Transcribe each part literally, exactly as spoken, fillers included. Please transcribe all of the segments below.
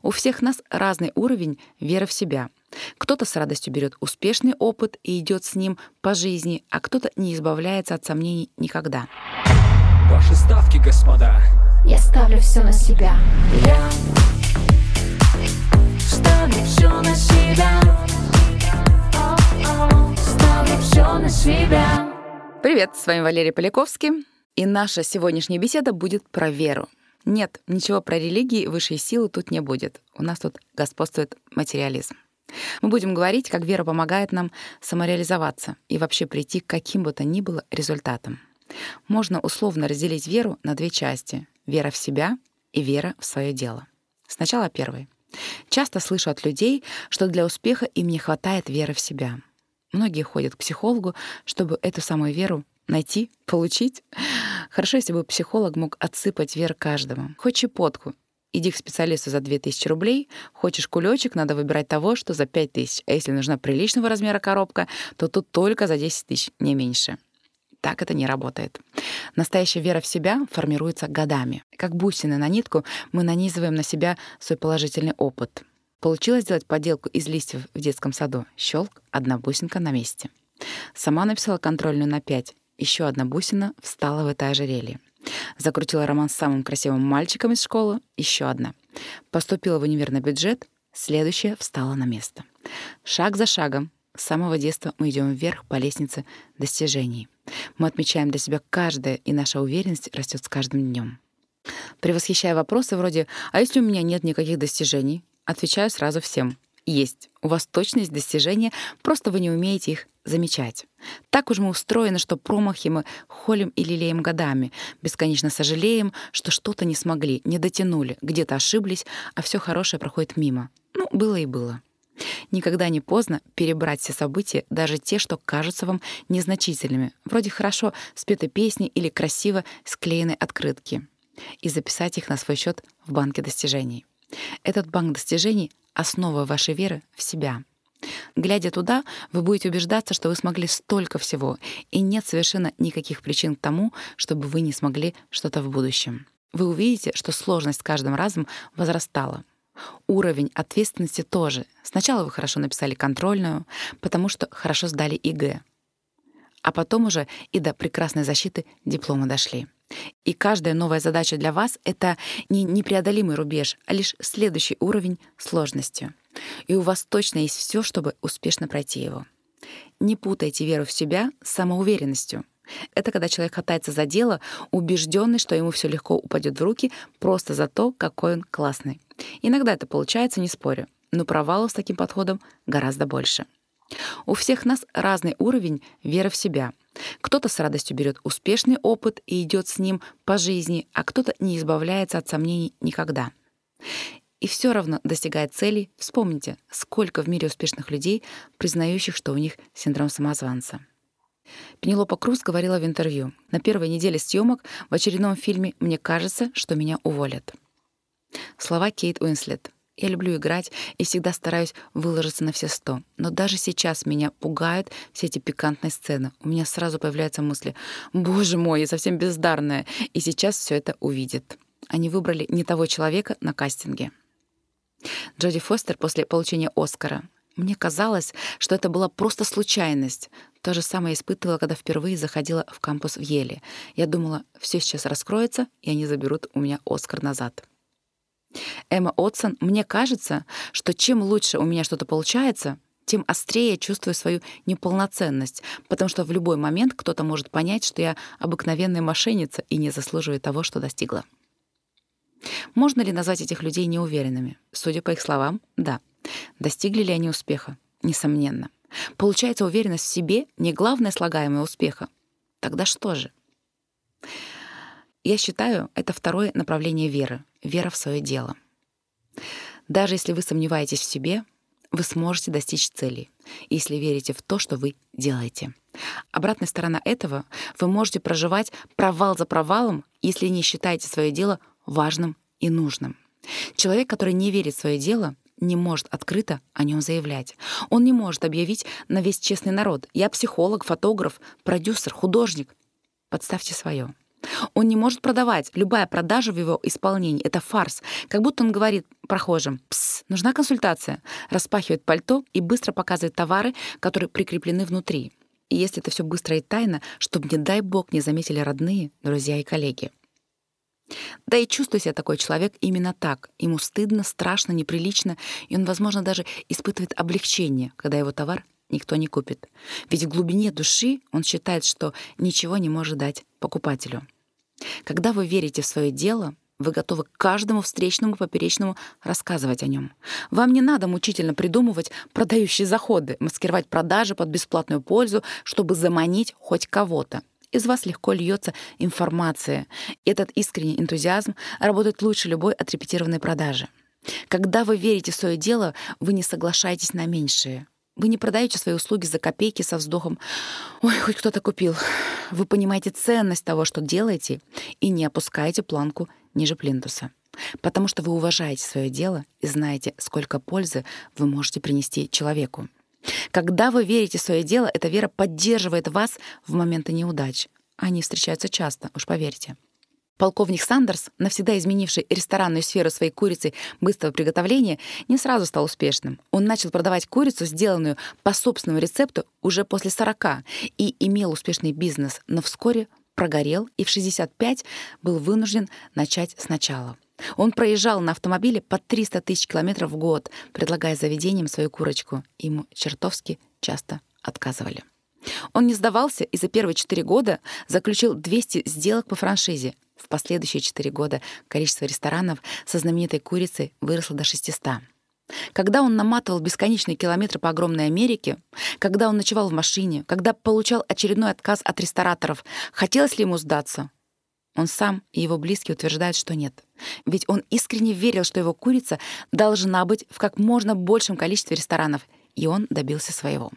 У всех нас разный уровень веры в себя. Кто-то с радостью берет успешный опыт и идет с ним по жизни, а кто-то не избавляется от сомнений никогда. Ваши ставки, господа. Я ставлю все на себя. Я ставлю все на себя. О-о, ставлю все на себя. Привет, с вами Валерий Поляковский, и наша сегодняшняя беседа будет про веру. Нет, ничего про религии и высшие силы тут не будет. У нас тут господствует материализм. Мы будем говорить, как вера помогает нам самореализоваться и вообще прийти к каким бы то ни было результатам. Можно условно разделить веру на две части — вера в себя и вера в свое дело. Сначала первой. Часто слышу от людей, что для успеха им не хватает веры в себя. Многие ходят к психологу, чтобы эту самую веру найти, получить. Хорошо, если бы психолог мог отсыпать веру каждому. Хоть щепотку. Иди к специалисту за две тысячи рублей. Хочешь кулечек, надо выбирать того, что за пять тысяч. А если нужна приличного размера коробка, то тут только за десять тысяч, не меньше. Так это не работает. Настоящая вера в себя формируется годами. Как бусины на нитку мы нанизываем на себя свой положительный опыт. Получилось сделать поделку из листьев в детском саду. Щелк, одна бусинка на месте. Сама написала контрольную на пять. Еще одна бусина встала в это ожерелье. Закрутила роман с самым красивым мальчиком из школы. Еще одна. Поступила в универ на бюджет. Следующая встала на место. Шаг за шагом. С самого детства мы идем вверх по лестнице достижений. Мы отмечаем для себя каждое, и наша уверенность растет с каждым днем. Предвосхищая вопросы вроде «А если у меня нет никаких достижений?», отвечаю сразу всем. Есть. У вас точно есть достижения, просто вы не умеете их замечать. Так уж мы устроены, что промахи мы холим и лелеем годами, бесконечно сожалеем, что что-то не смогли, не дотянули, где-то ошиблись, а все хорошее проходит мимо. Ну, было и было. Никогда не поздно перебрать все события, даже те, что кажутся вам незначительными, вроде хорошо спетой песни или красиво склеенной открытки, и записать их на свой счет в банке достижений. Этот банк достижений — основа вашей веры в себя. Глядя туда, вы будете убеждаться, что вы смогли столько всего, и нет совершенно никаких причин к тому, чтобы вы не смогли что-то в будущем. Вы увидите, что сложность с каждым разом возрастала. Уровень ответственности тоже. Сначала вы хорошо написали контрольную, потому что хорошо сдали ЕГЭ. А потом уже и до прекрасной защиты диплома дошли. И каждая новая задача для вас — это не непреодолимый рубеж, а лишь следующий уровень сложности. И у вас точно есть все, чтобы успешно пройти его. Не путайте веру в себя с самоуверенностью. Это когда человек хватается за дело, убежденный, что ему все легко упадет в руки просто за то, какой он классный. Иногда это получается, не спорю, но провалов с таким подходом гораздо больше. У всех нас разный уровень веры в себя. Кто-то с радостью берет успешный опыт и идет с ним по жизни, а кто-то не избавляется от сомнений никогда. И все равно достигает целей. Вспомните, сколько в мире успешных людей, признающих, что у них синдром самозванца. Пенелопа Круз говорила в интервью: «На первой неделе съемок в очередном фильме мне кажется, что меня уволят». Слова Кейт Уинслет. Я люблю играть и всегда стараюсь выложиться на все сто. Но даже сейчас меня пугают все эти пикантные сцены. У меня сразу появляются мысли: «Боже мой, я совсем бездарная, и сейчас все это увидят». Они выбрали не того человека на кастинге. Джоди Фостер после получения Оскара. Мне казалось, что это была просто случайность. То же самое испытывала, когда впервые заходила в кампус в Йеле. Я думала, все сейчас раскроется, и они заберут у меня Оскар назад. Эмма Уотсон. Мне кажется, что чем лучше у меня что-то получается, тем острее я чувствую свою неполноценность, потому что в любой момент кто-то может понять, что я обыкновенная мошенница и не заслуживаю того, что достигла. Можно ли назвать этих людей неуверенными? Судя по их словам, да. Достигли ли они успеха? Несомненно. Получается, уверенность в себе — не главное слагаемое успеха. Тогда что же? Я считаю, это второе направление веры — вера в свое дело. Даже если вы сомневаетесь в себе, вы сможете достичь целей, если верите в то, что вы делаете. Обратная сторона этого — вы можете проживать провал за провалом, если не считаете свое дело важным и нужным. Человек, который не верит в свое дело, не может открыто о нем заявлять. Он не может объявить на весь честный народ: «Я психолог, фотограф, продюсер, художник». Подставьте свое. Он не может продавать. Любая продажа в его исполнении — это фарс. Как будто он говорит прохожим: «Пс, нужна консультация», распахивает пальто и быстро показывает товары, которые прикреплены внутри. И если это все быстро и тайно, чтобы, не дай бог, не заметили родные, друзья и коллеги. Да и чувствует себя такой человек именно так. Ему стыдно, страшно, неприлично, и он, возможно, даже испытывает облегчение, когда его товар никто не купит. Ведь в глубине души он считает, что ничего не может дать покупателю. Когда вы верите в свое дело, вы готовы каждому встречному поперечному рассказывать о нем. Вам не надо мучительно придумывать продающие заходы, маскировать продажи под бесплатную пользу, чтобы заманить хоть кого-то. Из вас легко льется информация. И этот искренний энтузиазм работает лучше любой отрепетированной продажи. Когда вы верите в свое дело, вы не соглашаетесь на меньшее. Вы не продаете свои услуги за копейки со вздохом «Ой, хоть кто-то купил». Вы понимаете ценность того, что делаете, и не опускаете планку ниже плинтуса. Потому что вы уважаете свое дело и знаете, сколько пользы вы можете принести человеку. Когда вы верите в свое дело, эта вера поддерживает вас в моменты неудач. Они встречаются часто, уж поверьте. Полковник Сандерс, навсегда изменивший ресторанную сферу своей курицей быстрого приготовления, не сразу стал успешным. Он начал продавать курицу, сделанную по собственному рецепту, уже после сорока, и имел успешный бизнес, но вскоре прогорел и в шестьдесят пять был вынужден начать сначала. Он проезжал на автомобиле по триста тысяч километров в год, предлагая заведениям свою курочку. Ему чертовски часто отказывали. Он не сдавался и за первые четыре года заключил двести сделок по франшизе. В последующие четыре года количество ресторанов со знаменитой курицей выросло до шестисот. Когда он наматывал бесконечные километры по огромной Америке, когда он ночевал в машине, когда получал очередной отказ от рестораторов, хотелось ли ему сдаться? Он сам и его близкие утверждают, что нет. Ведь он искренне верил, что его курица должна быть в как можно большем количестве ресторанов, и он добился своего.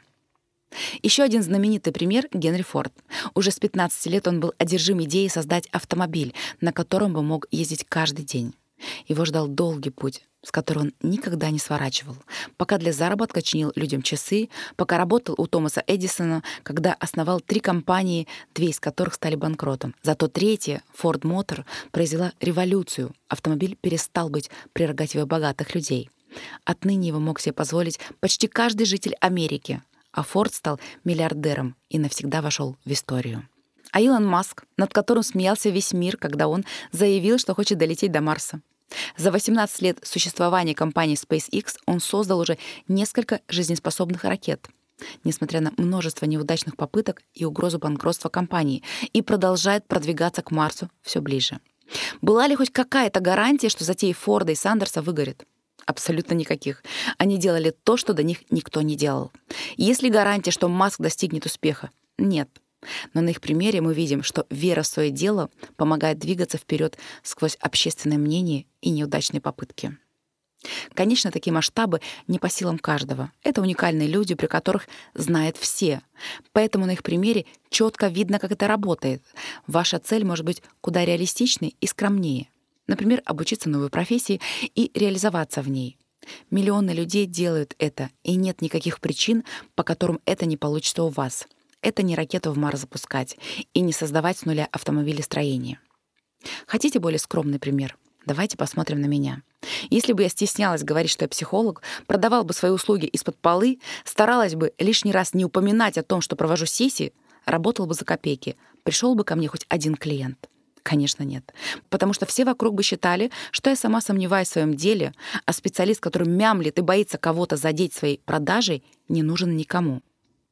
Еще один знаменитый пример — Генри Форд. Уже с пятнадцати лет он был одержим идеей создать автомобиль, на котором бы мог ездить каждый день. Его ждал долгий путь, с которого он никогда не сворачивал. Пока для заработка чинил людям часы, пока работал у Томаса Эдисона, когда основал три компании, две из которых стали банкротом. Зато третья, Ford Motor, произвела революцию. Автомобиль перестал быть прерогативой богатых людей. Отныне его мог себе позволить почти каждый житель Америки. А Форд стал миллиардером и навсегда вошел в историю. А Илон Маск, над которым смеялся весь мир, когда он заявил, что хочет долететь до Марса. За восемнадцать лет существования компании SpaceX он создал уже несколько жизнеспособных ракет, несмотря на множество неудачных попыток и угрозу банкротства компании, и продолжает продвигаться к Марсу все ближе. Была ли хоть какая-то гарантия, что затеи Форда и Сандерса выгорят? Абсолютно никаких. Они делали то, что до них никто не делал. Есть ли гарантия, что Маск достигнет успеха? Нет. Но на их примере мы видим, что вера в свое дело помогает двигаться вперед сквозь общественное мнение и неудачные попытки. Конечно, такие масштабы не по силам каждого. Это уникальные люди, при которых знают все. Поэтому на их примере четко видно, как это работает. Ваша цель может быть куда реалистичнее и скромнее. Например, обучиться новой профессии и реализоваться в ней. Миллионы людей делают это, и нет никаких причин, по которым это не получится у вас. Это не ракету в Марс запускать и не создавать с нуля автомобилестроение. Хотите более скромный пример? Давайте посмотрим на меня. Если бы я стеснялась говорить, что я психолог, продавал бы свои услуги из-под полы, старалась бы лишний раз не упоминать о том, что провожу сессии, работал бы за копейки, пришел бы ко мне хоть один клиент. Конечно, нет. Потому что все вокруг бы считали, что я сама сомневаюсь в своем деле, а специалист, который мямлит и боится кого-то задеть своей продажей, не нужен никому.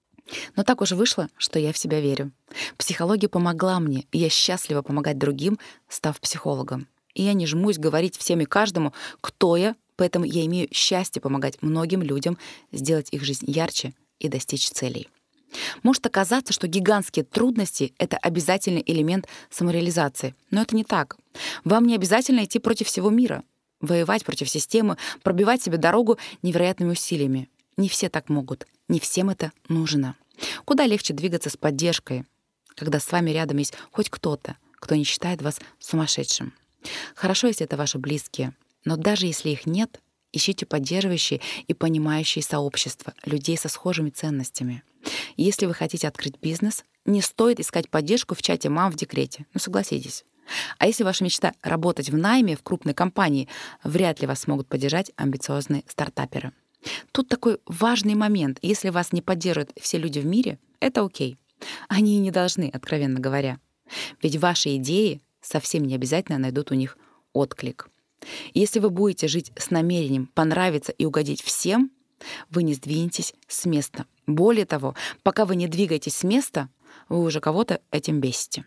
Но так уж вышло, что я в себя верю. Психология помогла мне, и я счастлива помогать другим, став психологом. И я не жмусь говорить всем и каждому, кто я, поэтому я имею счастье помогать многим людям сделать их жизнь ярче и достичь целей. Может оказаться, что гигантские трудности — это обязательный элемент самореализации. Но это не так. Вам не обязательно идти против всего мира, воевать против системы, пробивать себе дорогу невероятными усилиями. Не все так могут, не всем это нужно. Куда легче двигаться с поддержкой, когда с вами рядом есть хоть кто-то, кто не считает вас сумасшедшим. Хорошо, если это ваши близкие, но даже если их нет, ищите поддерживающие и понимающие сообщества, людей со схожими ценностями. Если вы хотите открыть бизнес, не стоит искать поддержку в чате мам в декрете. Ну, согласитесь. А если ваша мечта — работать в найме в крупной компании, вряд ли вас смогут поддержать амбициозные стартаперы. Тут такой важный момент. Если вас не поддерживают все люди в мире, это окей. Они и не должны, откровенно говоря. Ведь ваши идеи совсем не обязательно найдут у них отклик. Если вы будете жить с намерением понравиться и угодить всем, вы не сдвинетесь с места. Более того, пока вы не двигаетесь с места, вы уже кого-то этим бесите.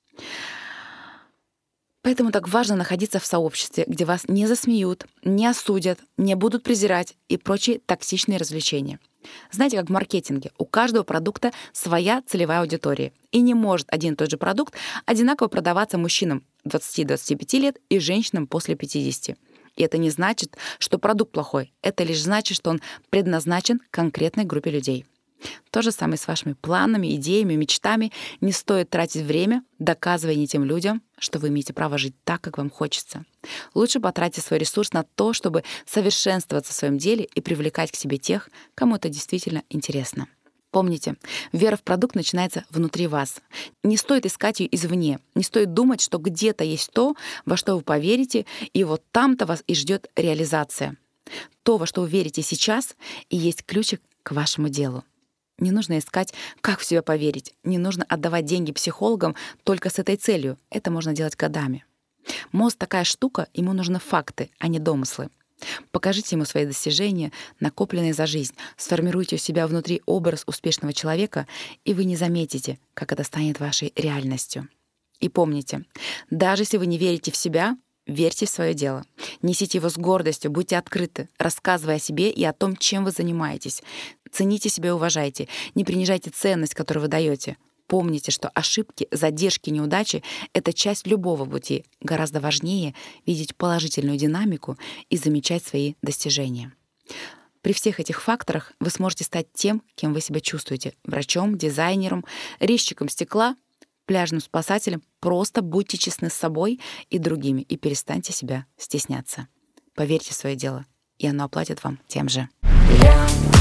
Поэтому так важно находиться в сообществе, где вас не засмеют, не осудят, не будут презирать и прочие токсичные развлечения. Знаете, как в маркетинге, у каждого продукта своя целевая аудитория. И не может один и тот же продукт одинаково продаваться мужчинам двадцати-двадцати пяти лет и женщинам после пятидесяти. И это не значит, что продукт плохой. Это лишь значит, что он предназначен конкретной группе людей. То же самое с вашими планами, идеями, мечтами. Не стоит тратить время, доказывая не тем людям, что вы имеете право жить так, как вам хочется. Лучше потратьте свой ресурс на то, чтобы совершенствоваться в своем деле и привлекать к себе тех, кому это действительно интересно. Помните, вера в продукт начинается внутри вас. Не стоит искать ее извне. Не стоит думать, что где-то есть то, во что вы поверите, и вот там-то вас и ждет реализация. То, во что вы верите сейчас, и есть ключик к вашему делу. Не нужно искать, как в себя поверить. Не нужно отдавать деньги психологам только с этой целью. Это можно делать годами. Мозг такая штука, ему нужны факты, а не домыслы. Покажите ему свои достижения, накопленные за жизнь. Сформируйте у себя внутри образ успешного человека, и вы не заметите, как это станет вашей реальностью. И помните, даже если вы не верите в себя, верьте в свое дело. Несите его с гордостью, будьте открыты, рассказывая о себе и о том, чем вы занимаетесь. Цените себя и уважайте. Не принижайте ценность, которую вы даете. Помните, что ошибки, задержки, неудачи — это часть любого пути. Гораздо важнее видеть положительную динамику и замечать свои достижения. При всех этих факторах вы сможете стать тем, кем вы себя чувствуете — врачом, дизайнером, резчиком стекла, пляжным спасателем. Просто будьте честны с собой и другими и перестаньте себя стесняться. Поверьте в свое дело, и оно оплатит вам тем же. Я